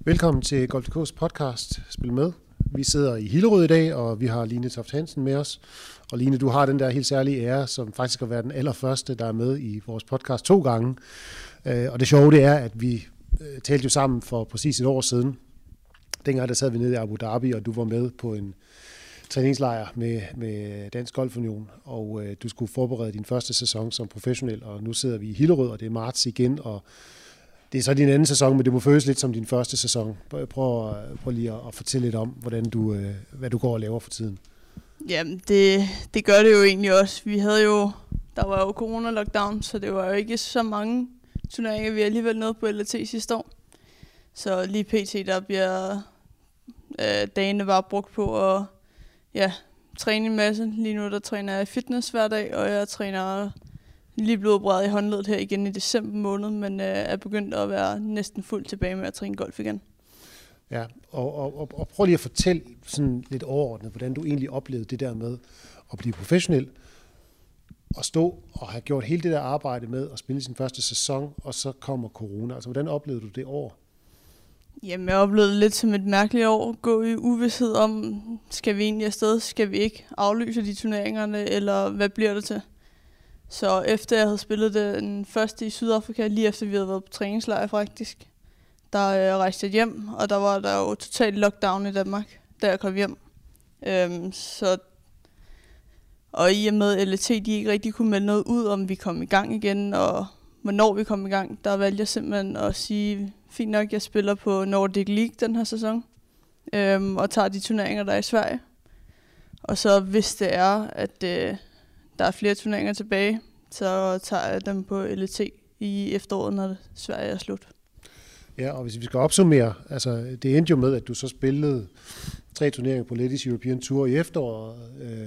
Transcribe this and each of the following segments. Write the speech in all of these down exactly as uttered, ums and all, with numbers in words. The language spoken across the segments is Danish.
Velkommen til Golf punktum d k's podcast Spil Med. Vi sidder i Hillerød i dag, og vi har Line Toft Hansen med os. Og Line, du har den der helt særlige ære, som faktisk har været den allerførste, der er med i vores podcast to gange. Og det sjove det er, at vi talte jo sammen for præcis et år siden. Dengang der sad vi nede i Abu Dhabi, og du var med på en træningslejr med, med Dansk Golf Union, og øh, du skulle forberede din første sæson som professionel, og nu sidder vi i Hillerød, og det er marts igen, og det er så din anden sæson, men det må føles lidt som din første sæson. Prøv, prøv lige at, at fortælle lidt om, hvordan du, øh, hvad du går og laver for tiden. Jamen, det, det gør det jo egentlig også. Vi havde jo, der var jo corona-lockdown, så det var jo ikke så mange turneringer, vi alligevel nåede på L A T sidste år. Så lige pt. Der bliver øh, dagene bare brugt på at ja, træne en masse. Lige nu der træner jeg fitness hver dag, og jeg træner lige blevet opereret i håndledet her igen i december måned, men øh, er begyndt at være næsten fuldt tilbage med at træne golf igen. Ja, og, og, og, og prøv lige at fortælle sådan lidt overordnet, hvordan du egentlig oplevede det der med at blive professionel, og stå og have gjort hele det der arbejde med at spille sin første sæson, og så kommer corona. Altså, hvordan oplevede du det år? Jamen, jeg oplevede det lidt som et mærkeligt år. Gå i uvished om, skal vi egentlig afsted, skal vi ikke aflyse de turneringerne, eller hvad bliver det til? Så efter jeg havde spillet den første i Sydafrika, lige efter vi havde været på træningslejr faktisk, der øh, rejste jeg hjem, og der var der jo totalt lockdown i Danmark, da jeg kom hjem. Øhm, så, og i og med L A T, de ikke rigtig kunne melde noget ud, om vi kom i gang igen, og hvornår vi kom i gang, der valgte jeg simpelthen at sige, fint nok, jeg spiller på Nordic League den her sæson, øhm, og tager de turneringer, der er i Sverige. Og så hvis det er, at øh, der er flere turneringer tilbage, så tager jeg dem på L A T i efteråret, når Sverige er slut. Ja, og hvis vi skal opsummere, altså det endte jo med, at du så spillede tre turneringer på Ladies European Tour i efteråret,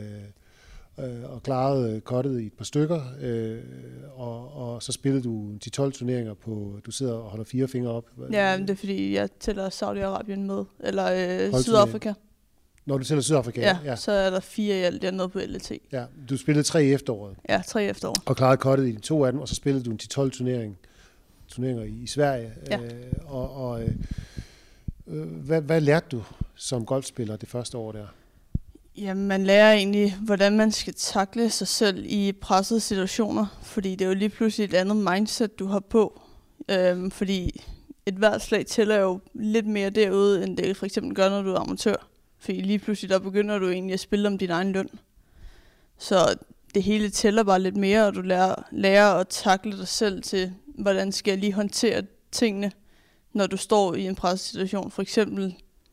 øh, øh, og klarede cuttet i et par stykker, øh, og, og så spillede du de tolv turneringer på, du sidder og holder fire fingre op. Ja, det er fordi, jeg tæller Saudi-Arabien med, eller øh, Sydafrika. Når du tæller Sydafrika? Ja, ja, så er der fire i alt, jeg er nede på L A T. Ja, du spillede tre i efteråret? Ja, tre i efteråret. Og klarede cuttet i de to af dem, og så spillede du en ti tolv turnering, turneringer i, i Sverige. Ja. Øh, og og øh, hvad, hvad lærte du som golfspiller det første år der? Jamen, man lærer egentlig, hvordan man skal takle sig selv i pressede situationer, fordi det er jo lige pludselig et andet mindset, du har på. Øhm, fordi et hvert slag tæller jo lidt mere derude, end det for eksempel gør, når du er amatør. Fordi lige pludselig, der begynder du egentlig at spille om din egen løn. Så det hele tæller bare lidt mere, og du lærer, lærer at takle dig selv til, hvordan skal jeg lige håndtere tingene, når du står i en presset situation. For eksempel,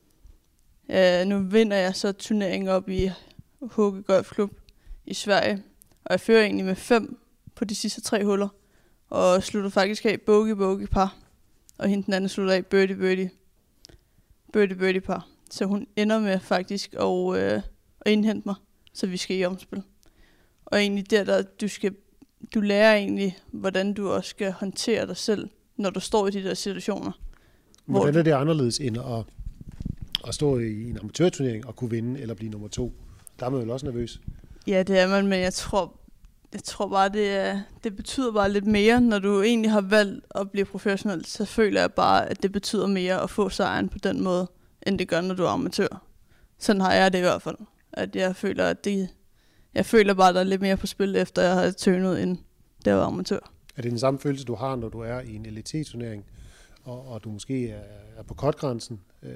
øh, nu vinder jeg så turneringen op i Håge Golfklub i Sverige, og jeg fører egentlig med fem på de sidste tre huller, og slutter faktisk af bogey, bogey, par, og hende den anden slutter af birdie, birdie, birdie, birdie, par. Så hun ender med faktisk at, øh, at indhente mig, så vi skal i omspil. Og egentlig der, der du, skal, du lærer egentlig, hvordan du også skal håndtere dig selv, når du står i de der situationer. Hvordan er det anderledes end at, at stå i en amatørturnering og kunne vinde eller blive nummer to? Der er man vel også nervøs? Ja, det er man, men jeg tror, jeg tror bare, det, er, det betyder bare lidt mere. Når du egentlig har valgt at blive professionel, så føler jeg bare, at det betyder mere at få sejren på den måde, end det gør, når du er amatør. Sådan har jeg det i hvert fald. At jeg føler, at det, jeg føler bare, at der er lidt mere på spil, efter jeg har tønet, end da jeg var amatør. Er det den samme følelse, du har, når du er i en L A T-turnering, og, og du måske er, er på cutgrænsen? Øh.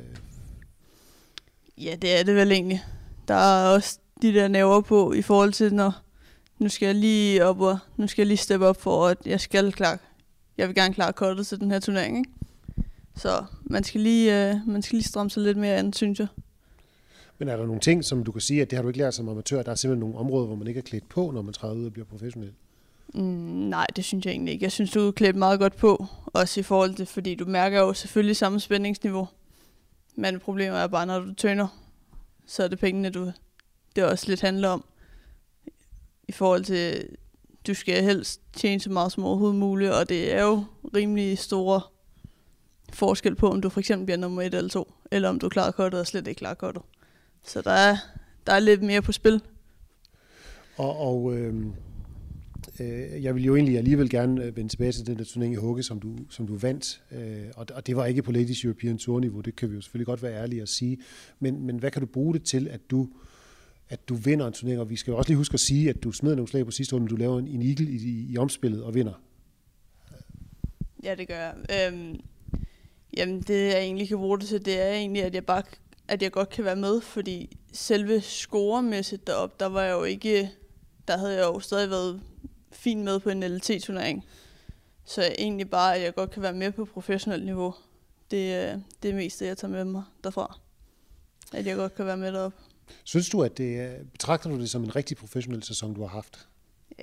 Ja, det er det vel egentlig. Der er også de der nerver på, i forhold til, når nu skal jeg lige op, og nu skal jeg lige steppe op for, at jeg skal klare, jeg vil gerne klare cuttet til den her turnering, ikke? Så man skal lige, øh, man skal lige stramme sig lidt mere an, synes jeg. Men er der nogle ting, som du kan sige, at det har du ikke lært som amatør? Der er simpelthen nogle områder, hvor man ikke er klædt på, når man træder ud og bliver professionel? Mm, nej, det synes jeg egentlig ikke. Jeg synes, du er klædt meget godt på, også i forhold til, fordi du mærker jo selvfølgelig samme spændingsniveau. Men problemet er bare, når du tøner, så er det pengene, du, det også lidt handler om. I forhold til, du skal helst tjene så meget som overhovedet muligt, og det er jo rimelig store forskel på, om du for eksempel bliver nummer et eller to, eller om du klarer cuttet og slet ikke klarer cuttet. Så der er, der er lidt mere på spil. Og, og øh, Øh, jeg vil jo egentlig alligevel gerne vende tilbage til den der turnering i Hugge, som du, som du vandt. Øh, og, og det var ikke på Ladies European Tour niveau, det kan vi jo selvfølgelig godt være ærlige at sige. Men, men hvad kan du bruge det til, at du, at du vinder en turnering? Og vi skal jo også lige huske at sige, at du smider nogle slag på sidste runde, men du laver en, en eagle i, i, i omspillet og vinder. Ja, det gør jeg. Øhm, jamen, det jeg egentlig kan bruge det til, det er egentlig, at jeg bare at jeg godt kan være med, fordi selve scoremæssigt deroppe, der var jeg jo ikke, der havde jeg jo stadig været fint med på en L T turnering. Så egentlig bare, at jeg godt kan være med på professionelt niveau. Det er det meste, jeg tager med mig derfra. At jeg godt kan være med deroppe. Synes du, at det betragter du det som en rigtig professionel sæson, du har haft? Øh,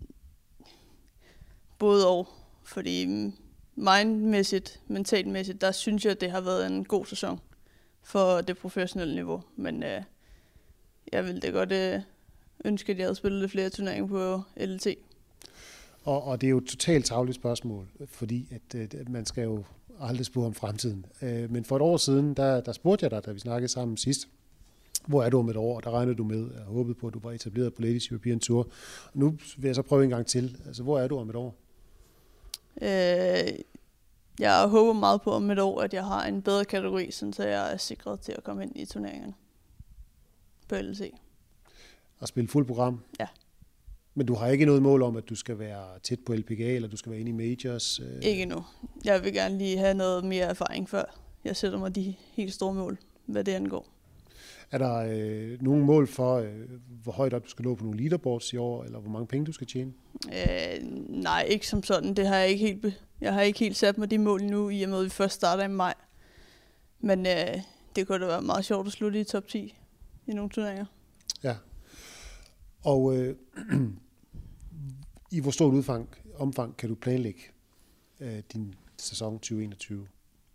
både og. Fordi mindmæssigt, mentalmæssigt, der synes jeg, at det har været en god sæson for det professionelle niveau. Men øh, jeg ville da godt øh, ønske, at jeg havde spillet lidt flere turneringer på L T. Og, og det er jo et totalt travligt spørgsmål, fordi at, at man skal jo aldrig spore om fremtiden. Øh, men for et år siden, der, der spurgte jeg dig, da vi snakkede sammen sidst, hvor er du om et år? Og der regnede du med, jeg håbede på, at du var etableret på Ladies European Tour. Og nu vil jeg så prøve en gang til. Altså, hvor er du om et år? Øh, jeg håber meget på om et år, at jeg har en bedre kategori, så jeg er sikret til at komme ind i turneringerne på L C. Og spille fuld program? Ja. Men du har ikke noget mål om, at du skal være tæt på L P G A, eller du skal være inde i majors? Øh... Ikke endnu. Jeg vil gerne lige have noget mere erfaring, før jeg sætter mig de helt store mål, hvad det angår. Er der øh, nogle mål for, øh, hvor højt op du skal nå på nogle leaderboards i år, eller hvor mange penge du skal tjene? Øh, nej, ikke som sådan. Det har jeg ikke helt, be- jeg har ikke helt sat mig de mål nu, i og med at vi først starter i maj. Men øh, det kunne da være meget sjovt at slutte i top ti i nogle turneringer. Ja. Og øh, i hvor stort udfang, omfang kan du planlægge øh, din sæson tyve enogtyve?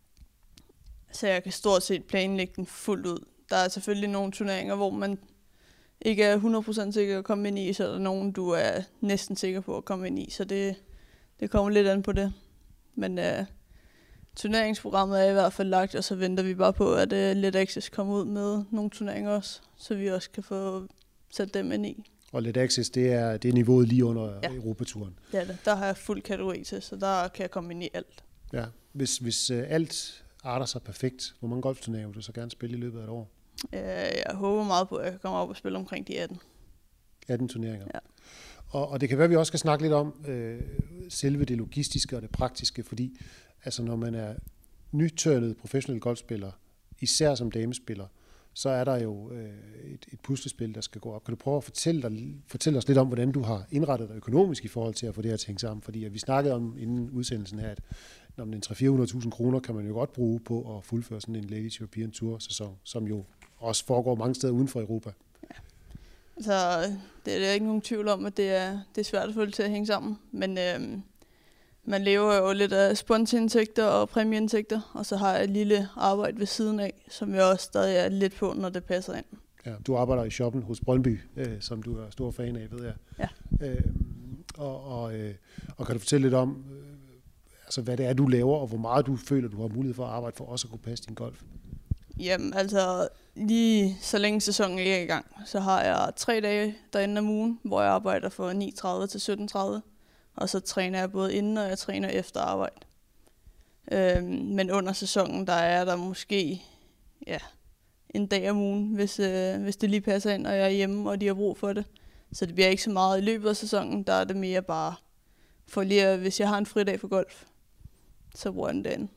Så jeg kan stort set planlægge den fuldt ud. Der er selvfølgelig nogle turneringer, hvor man ikke er hundrede procent sikker at komme ind i, så er der nogen, du er næsten sikker på at komme ind i. Så det, det kommer lidt an på det. Men uh, turneringsprogrammet er i hvert fald lagt, og så venter vi bare på, at uh, Let Access kommer ud med nogle turneringer også, så vi også kan få sat dem ind i. Og Let Access, det er, det er niveauet lige under ja. Europaturen? Ja, det. Der har jeg fuld kategori til, så der kan jeg komme ind i alt. Ja, hvis, hvis uh, alt arter sig perfekt, hvor mange golfturneringer vil du så gerne spille i løbet af et år? Jeg håber meget på, at jeg kan komme op og spille omkring de atten. atten turneringer. Ja. Og, og det kan være, at vi også skal snakke lidt om øh, selve det logistiske og det praktiske, fordi altså, når man er nytørnet professionel golfspiller, især som damespiller, så er der jo øh, et, et puslespil, der skal gå op. Kan du prøve at fortælle, dig, fortælle os lidt om, hvordan du har indrettet dig økonomisk i forhold til at få det her til at hænge sammen? Fordi at vi snakkede om inden udsendelsen her, at når man en tre til fire hundrede tusind kroner kan man jo godt bruge på at fuldføre sådan en Ladies European Tour sæson, som jo også foregår mange steder uden for Europa. Ja. Så det er der ikke nogen tvivl om, at det er, det er svært at få det til at hænge sammen. Men øhm, man lever jo lidt af sponsorindtægter og præmieindtægter, og så har jeg et lille arbejde ved siden af, som jeg også stadig er lidt på, når det passer ind. Ja, du arbejder i shoppen hos Brøndby, øh, som du er stor fan af, ved jeg. Ja. Øh, og, og, øh, og kan du fortælle lidt om, øh, altså, hvad det er, du laver, og hvor meget du føler, du har mulighed for at arbejde for også at kunne passe din golf? Jamen, altså lige så længe sæsonen ikke er i gang, så har jeg tre dage derinde om ugen, hvor jeg arbejder fra ni tredive til sytten tredive. Og så træner jeg både inden, og jeg træner efter arbejde. Øhm, men under sæsonen, der er der måske ja, en dag om ugen, hvis, øh, hvis det lige passer ind, og jeg er hjemme, og de har brug for det. Så det bliver ikke så meget i løbet af sæsonen, der er det mere bare for lige, hvis jeg har en fridag for golf, så bruger jeg den derinde.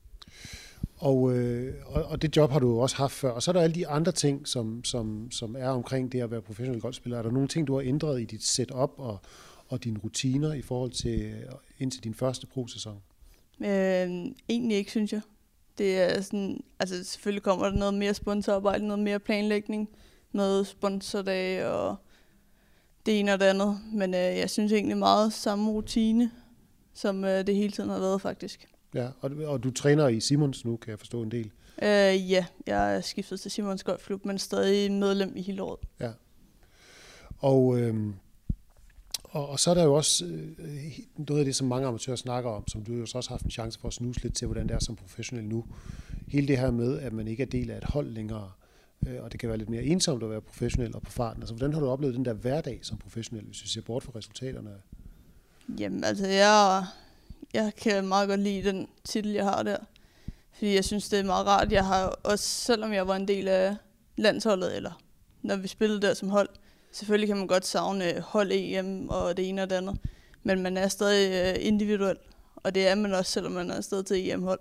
Og, øh, og det job har du jo også haft før. Og så er der alle de andre ting, som, som, som er omkring det at være professionel golfspiller. Er der nogle ting, du har ændret i dit setup og, og dine rutiner i forhold til indtil din første pro-sæson? Øh, egentlig ikke, synes jeg. Det er sådan, altså selvfølgelig kommer der noget mere sponsorarbejde, noget mere planlægning, noget sponsordage og det ene og det andet. Men øh, jeg synes egentlig meget samme rutine, som øh, det hele tiden har været faktisk. Ja, og, og du træner i Simons nu, kan jeg forstå en del. Øh, ja, jeg er skiftet til Simons Golfklub, men stadig medlem i Hillerød. Ja. Og, øh, og, og så er der jo også øh, noget af det, som mange amatører snakker om, som du jo også har haft en chance for at snuse lidt til, hvordan det er som professionel nu. Hele det her med, at man ikke er del af et hold længere, øh, og det kan være lidt mere ensomt at være professionel og på farten. Altså, hvordan har du oplevet den der hverdag som professionel, hvis vi ser bort fra resultaterne? Jamen, altså, jeg, jeg kan meget godt lide den titel, jeg har der. Fordi jeg synes, det er meget rart. Jeg har også, selvom jeg var en del af landsholdet, eller når vi spillede der som hold, selvfølgelig kan man godt savne hold-E M og det ene og det andet. Men man er stadig individuel, og det er man også, selvom man er afsted til E M-hold.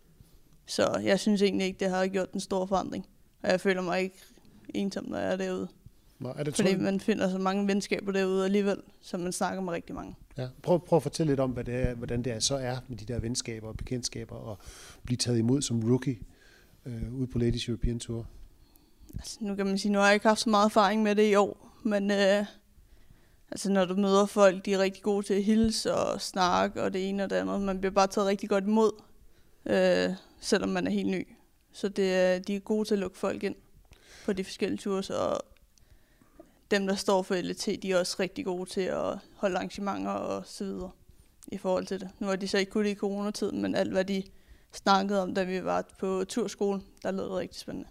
Så jeg synes egentlig ikke, det har gjort en stor forandring. Og jeg føler mig ikke ensom, når jeg er derude. Nå, er det Fordi man finder så mange venskaber derude alligevel, så man snakker med rigtig mange. Ja. Prøv, prøv at fortælle lidt om, hvad det er, hvordan det er, så er med de der venskaber og bekendtskaber, og blive taget imod som rookie øh, ude på Ladies European Tour. Altså, nu kan man sige, nu har jeg ikke haft så meget erfaring med det i år, men øh, altså, når du møder folk, de er rigtig gode til at hilse og snakke og det ene og det andet. Man bliver bare taget rigtig godt imod, øh, selvom man er helt ny. Så det, de er gode til at lukke folk ind på de forskellige tours, og dem, der står for L T, de er også rigtig gode til at holde arrangementer og så videre i forhold til det. Nu har de så ikke kunnet det i coronatiden, men alt hvad de snakkede om, da vi var på turskole, der lød det rigtig spændende.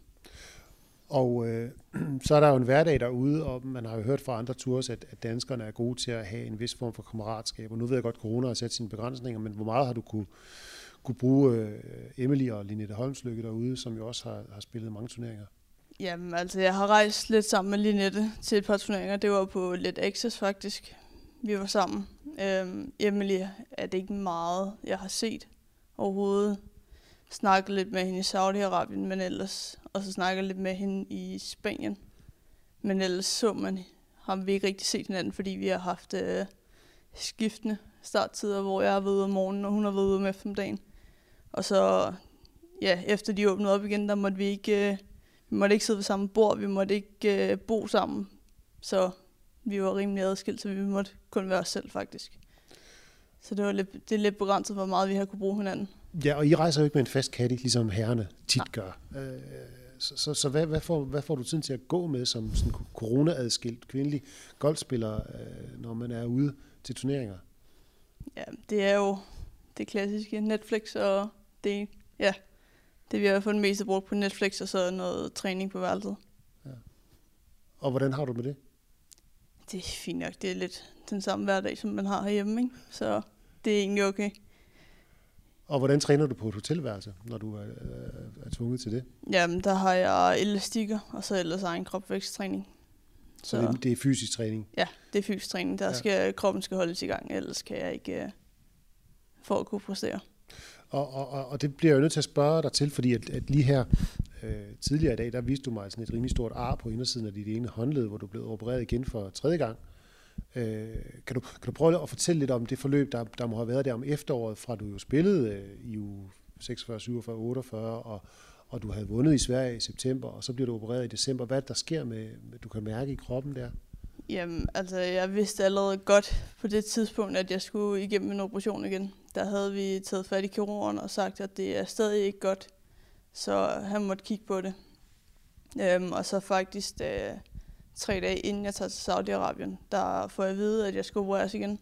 Og øh, så er der jo en hverdag derude, og man har jo hørt fra andre tours, at, at danskerne er gode til at have en vis form for kammeratskab. Og nu ved jeg godt, at corona har sat sine begrænsninger, men hvor meget har du kunne, kunne bruge øh, Emily og Linette Holmslykke derude, som jo også har, har spillet mange turneringer? Jamen, altså, jeg har rejst lidt sammen med Linette til et par turneringer. Det var på Let Access, faktisk. Vi var sammen. Øhm, Emily er det ikke meget, jeg har set overhovedet. Snakket lidt med hende i Saudi-Arabien, men ellers... Og så snakket lidt med hende i Spanien. Men ellers så man, har vi ikke rigtig set hinanden, fordi vi har haft øh, skiftende starttider, hvor jeg har været ude om morgenen, og hun har været ude om eftermiddagen. Og så, ja, efter de åbnede op igen, der måtte vi ikke... Øh, Vi måtte ikke sidde ved samme bord, vi måtte ikke øh, bo sammen, så vi var rimelig adskilt, så vi måtte kun være os selv faktisk. Så det var lidt, det er lidt begrænset, hvor meget vi har kunne bruge hinanden. Ja, og I rejser jo ikke med en fast caddy, ligesom herrerne tit Nej. gør. Øh, så så, så hvad, hvad, får, hvad får du tiden til at gå med som sådan corona-adskilt kvindelig golfspiller, øh, når man er ude til turneringer? Ja, det er jo det klassiske Netflix, og det, ja, det vi har fået det meste brugt på Netflix, og så noget træning på værelset. Ja. Og hvordan har du med det? Det er fint nok. Det er lidt den samme hverdag, som man har herhjemme, ikke? Så det er egentlig okay. Og hvordan træner du på et hotelværelse, når du er, er tvunget til det? Jamen, der har jeg elastikker, og så ellers egen kropvæksttræning. Så, så det, det er fysisk træning? Ja, det er fysisk træning. Der ja. skal, kroppen skal holdes i gang, ellers kan jeg ikke uh, for at kunne præstere. Og, og, og det bliver jeg jo nødt til at spørge dig til, fordi at, at lige her øh, tidligere i dag, der viste du mig sådan et rimelig stort ar på indersiden af dit ene håndled, hvor du blev opereret igen for tredje gang. Øh, kan, du, kan du prøve at fortælle lidt om det forløb, der, der må have været der om efteråret, fra du jo spillede øh, i uge seksogfyrre, syvogfyrre, otteogfyrre, og, og du havde vundet i Sverige i september, og så bliver du opereret i december. Hvad er det, der sker med, med du kan mærke i kroppen der? Jamen, altså, jeg vidste allerede godt på det tidspunkt, at jeg skulle igennem en operation igen. Der havde vi taget fat i kirurgen og sagt, at det er stadig ikke godt, så han måtte kigge på det. Øhm, og så faktisk da, tre dage inden jeg tager til Saudi-Arabien, der får jeg at vide, at jeg skal opereres igen.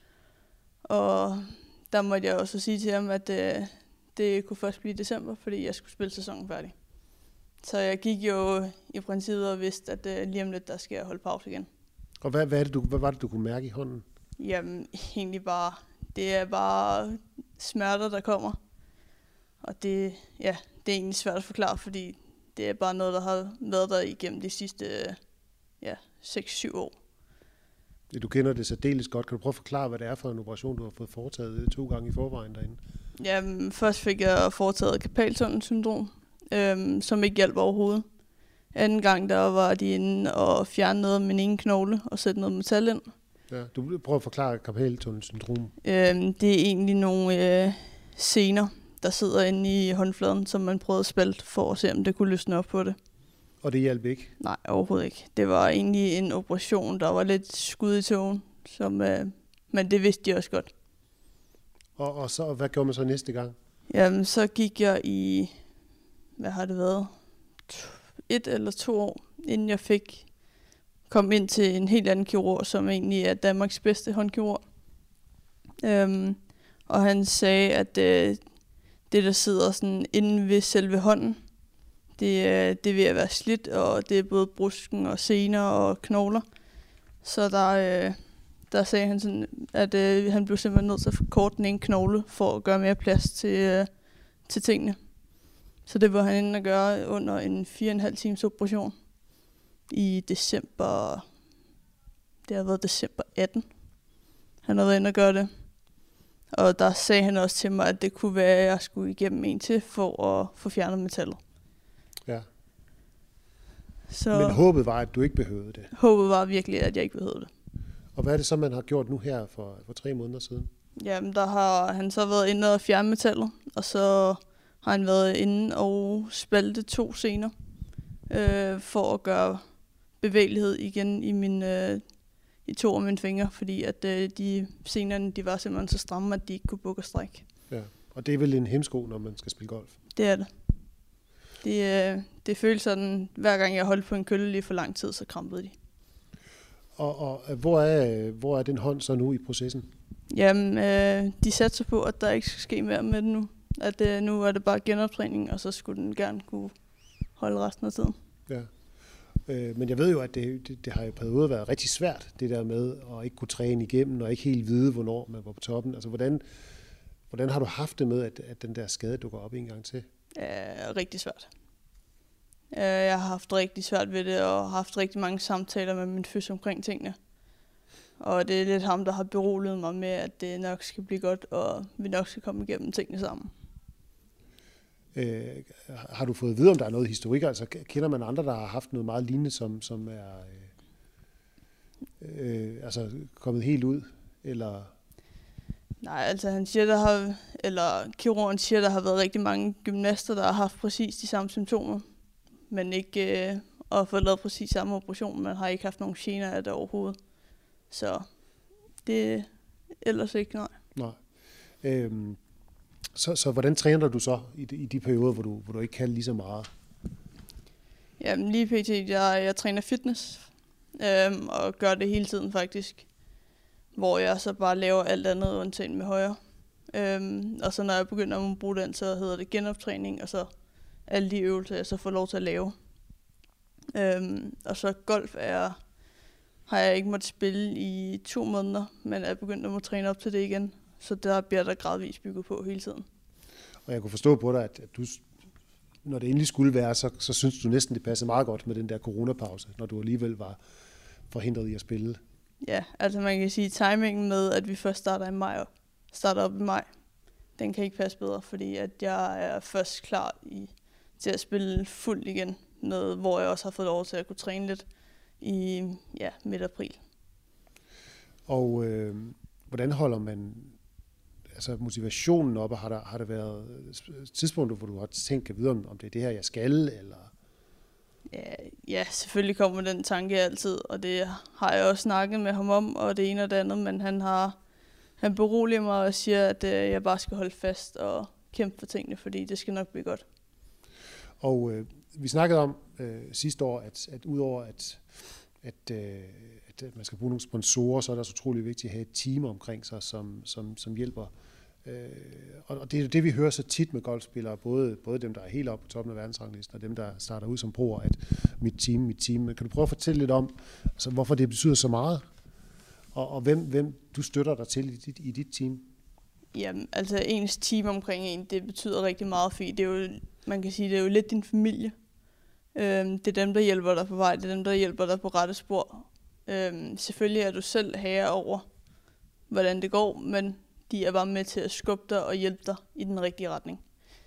Og der måtte jeg også sige til ham, at øh, det kunne først blive i december, fordi jeg skulle spille sæsonen færdig. Så jeg gik jo i princippet og vidste, at øh, lige om lidt, der skal jeg holde pause igen. Og hvad, hvad, er det, du, hvad var det, du kunne mærke i hånden? Jamen, egentlig bare, det er bare smerter, der kommer. Og det, ja, det er egentlig svært at forklare, fordi det er bare noget, der har været der igennem de sidste ja, seks syv år. Ja, du kender det særdeles godt. Kan du prøve at forklare, hvad det er for en operation, du har fået foretaget to gange i forvejen derinde? Jamen, først fik jeg foretaget karpaltunnelsyndrom, øhm, som ikke hjalp overhovedet. Anden gang, der var de inde og fjerne noget af min ene knogle og sætte noget metal ind. Ja, du prøver at forklare karpaltunnelsyndrom. Øhm, det er egentlig nogle øh, sener, der sidder inde i håndfladen, som man prøvede at spalte for at se, om det kunne løsne op på det. Og det hjalp ikke? Nej, overhovedet ikke. Det var egentlig en operation, der var lidt skud i tågen, som, øh, men det vidste de også godt. Og, og så, hvad gjorde man så næste gang? Jamen, så gik jeg i, hvad har det været, et eller to år, inden jeg fik kom ind til en helt anden kirurg, som egentlig er Danmarks bedste håndkirurg. Øhm, og han sagde, at øh, det, der sidder sådan inde ved selve hånden, det, øh, det er ved at være slidt, og det er både brusken og sener og knogler. Så der, øh, der sagde han sådan, at øh, han blev simpelthen nødt til at forkorte den ene knogle for at gøre mere plads til, øh, til tingene. Så det var han inde at gøre under en fire og en halv times operation i december, det har været december atten. Han har været inde at gøre det. Og der sagde han også til mig, at det kunne være, at jeg skulle igennem en til for at få fjernet metallet. Ja. Så Men håbet var, at du ikke behøvede det. Håbet var virkelig, at jeg ikke behøvede det. Og hvad er det så, man har gjort nu her for, for tre måneder siden? Jamen, der har han så været inde og fjerne metallet, og så har han været inde og spalte to sener, øh, for at gøre bevægelighed igen i, min, øh, i to af mine fingre, fordi at øh, de senerne, de var simpelthen så stramme, at de ikke kunne bukke og strække. Ja, og det er vel en hemsko, når man skal spille golf? Det er det. Det, øh, det føles sådan, hver gang jeg holdt på en kølle lige for lang tid, så krampede de. Og, og hvor, er, hvor er den hånd så nu i processen? Jamen, øh, de satser på, at der ikke skal ske mere med den nu. At øh, nu er det bare genoptræning, og så skulle den gerne kunne holde resten af tiden. Ja. Øh, men jeg ved jo, at det, det, det har jo perioder været rigtig svært, det der med at ikke kunne træne igennem, og ikke helt vide, hvornår man var på toppen. Altså, hvordan, hvordan har du haft det med, at, at den der skade dukker op en gang til? Øh, rigtig svært. Øh, jeg har haft rigtig svært ved det, og haft rigtig mange samtaler med min fys omkring tingene. Og det er lidt ham, der har beroliget mig med, at det nok skal blive godt, og vi nok skal komme igennem tingene sammen. Øh, har du fået at vide, om der er noget historik? Altså kender man andre, der har haft noget meget lignende, som, som er øh, øh, altså kommet helt ud? Eller? Nej, altså han siger, der har, eller kirurgen siger, der har været rigtig mange gymnaster, der har haft præcis de samme symptomer, men ikke øh, og fået lavet præcis samme operation, men har ikke haft nogen gener af det overhovedet. Så det er ellers ikke, nej. Nej. Øhm, så, så hvordan træner du så i de, i de perioder, hvor du, hvor du ikke kan lige så meget? Jamen lige pt. Jeg, jeg træner fitness, øhm, og gør det hele tiden faktisk. Hvor jeg så bare laver alt andet undtagen med højre. Øhm, og så når jeg begynder at bruge den, så hedder det genoptræning, og så alle de øvelser, jeg så får lov til at lave. Øhm, og så golf er, har jeg ikke måttet spille i to måneder, men er begyndt at må træne op til det igen. Så der bliver der gradvist bygget på hele tiden. Og jeg kunne forstå på dig, at du, når det endelig skulle være, så, så synes du næsten, det passede meget godt med den der coronapause, når du alligevel var forhindret i at spille. Ja, altså man kan sige, at timingen med, at vi først starter i maj, starter op i maj, den kan ikke passe bedre, fordi at jeg er først klar i, til at spille fuldt igen, noget, hvor jeg også har fået lov til at kunne træne lidt i ja, midt april. Og øh, hvordan holder man altså motivationen oppe? Har der, har der været tidspunkter, hvor du har tænkt videre, om det er det her, jeg skal, eller? Ja, ja, selvfølgelig kommer den tanke altid, og det har jeg også snakket med ham om, og det ene og det andet, men han har han beroliger mig og siger, at øh, jeg bare skal holde fast og kæmpe for tingene, fordi det skal nok blive godt. Og øh, vi snakkede om øh, sidste år, at, at udover at, at, øh, at man skal bruge nogle sponsorer, så er det også utrolig vigtigt at have et team omkring sig, som, som, som hjælper. Øh, og det er det, vi hører så tit med golfspillere, både, både dem, der er helt oppe på toppen af verdensranglisten, og dem, der starter ud som proer, at mit team, mit team. Kan du prøve at fortælle lidt om, altså, hvorfor det betyder så meget? Og, og hvem, hvem du støtter dig til i dit, i dit team? Jamen, altså ens team omkring en, det betyder rigtig meget, fordi det er jo, man kan sige, det er jo lidt din familie. Øhm, det er dem, der hjælper dig på vej, det er dem, der hjælper dig på rette spor. Øhm, selvfølgelig er du selv herre over, hvordan det går, men de er bare med til at skubbe dig og hjælpe dig i den rigtige retning.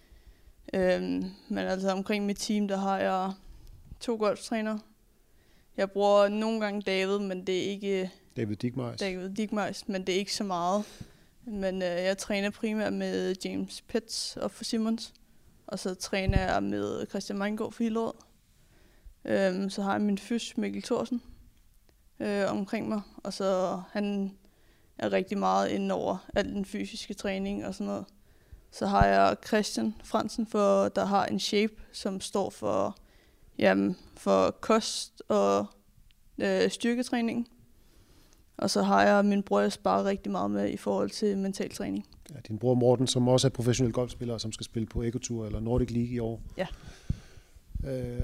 Øhm, men altså omkring mit team, der har jeg to golftrænere. Jeg bruger nogle gange David, men det er ikke David Dickmeis. David Dickmeis, men det er ikke så meget. Men øh, jeg træner primært med James Pitts og for Simmons. Og så træner jeg med Christian Meingård for Hillerød. Øhm, så har jeg min fys, Mikkel Thorsen, øh, omkring mig. Og så han er rigtig meget inde over al den fysiske træning og sådan noget. Så har jeg Christian Fransen, for, der har en shape, som står for, jamen, for kost og øh, styrketræning. Og så har jeg min bror, jeg sparer rigtig meget med i forhold til mental træning. Ja, din bror Morten, som også er professionel golfspiller, som skal spille på Eco Tour eller Nordic League i år. Ja. Øh,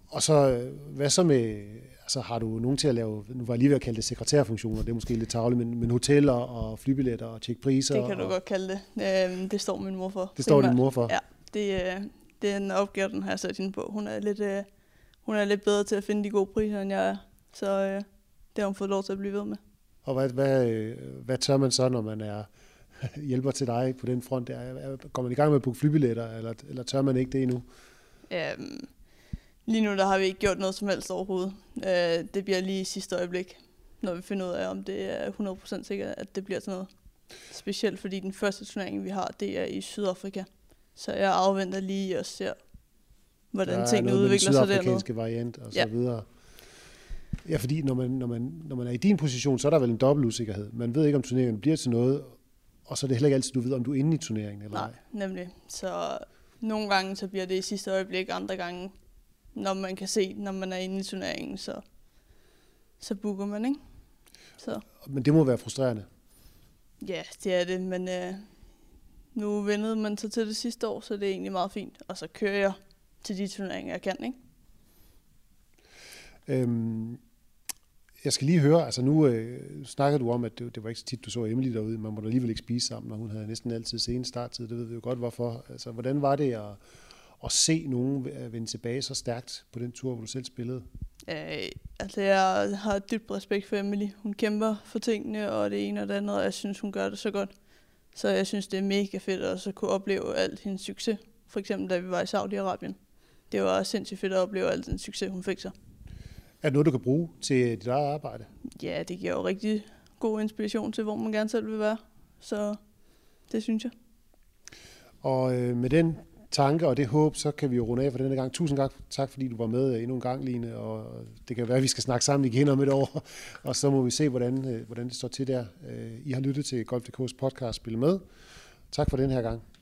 Og så, hvad så med, altså har du nogen til at lave, nu var jeg lige ved at kalde det sekretærfunktioner, det er måske lidt tarveligt, men, men hoteller og flybilletter og tjekke priser? Det kan du og, godt kalde det. Øh, det står min mor for. Det står din mor for? Ja, det, det er en opgave, den har jeg sat hende på. Hun er, lidt, øh, hun er lidt bedre til at finde de gode priser, end jeg er. Så øh, det har hun fået lov til at blive ved med. Og hvad, hvad, hvad tør man så, når man er hjælper til dig på den front? Går man i gang med at booke flybilletter, eller, eller tør man ikke det endnu? Øhm, lige nu der har vi ikke gjort noget som helst overhovedet. Øh, det bliver lige i sidste øjeblik, når vi finder ud af, om det er hundrede procent sikkert, at det bliver til noget. Specielt fordi den første turnering, vi har, det er i Sydafrika. Så jeg afventer lige og ser, hvordan tingene udvikler sig dernede. Der er noget med den sydafrikanske variant og så ja. videre. Ja, fordi når man, når, man, når man er i din position, så er der vel en dobbelt usikkerhed. Man ved ikke, om turneringen bliver til noget, og så er det heller ikke altid, du ved, om du er inde i turneringen eller ej. Nej, nemlig. Så nogle gange så bliver det i sidste øjeblik, andre gange, når man kan se, når man er inde i turneringen, så, så booker man, ikke? Så. Men det må være frustrerende. Ja, det er det, men øh, nu vendede man sig til det sidste år, så det er egentlig meget fint. Og så kører jeg til de turneringer, jeg kan, ikke? Øhm, jeg skal lige høre, altså nu øh, snakker du om, at det, det var ikke så tit, du så Emily derude. Man måtte alligevel ikke spise sammen, og hun havde næsten altid sen starttid. Det ved vi jo godt, hvorfor. Altså, hvordan var det at, at se nogen vende tilbage så stærkt på den tur, hvor du selv spillede? Øh, altså, jeg har dybt respekt for Emily. Hun kæmper for tingene, og det ene og det andet, og jeg synes, hun gør det så godt. Så jeg synes, det er mega fedt at så kunne opleve alt hendes succes. For eksempel, da vi var i Saudi-Arabien. Det var sindssygt fedt at opleve alt den succes, hun fik sig. Er det noget, du kan bruge til dit eget arbejde? Ja, det giver jo rigtig god inspiration til, hvor man gerne selv vil være. Så det synes jeg. Og øh, med den tanke og det håb, så kan vi jo runde af for denne gang. Tusind tak, tak fordi du var med endnu en gang, Line. Og det kan være, at vi skal snakke sammen igen om et år. Og så må vi se, hvordan, øh, hvordan det står til der. I har lyttet til Golf punktum d k's podcast Spil Med. Tak for den her gang.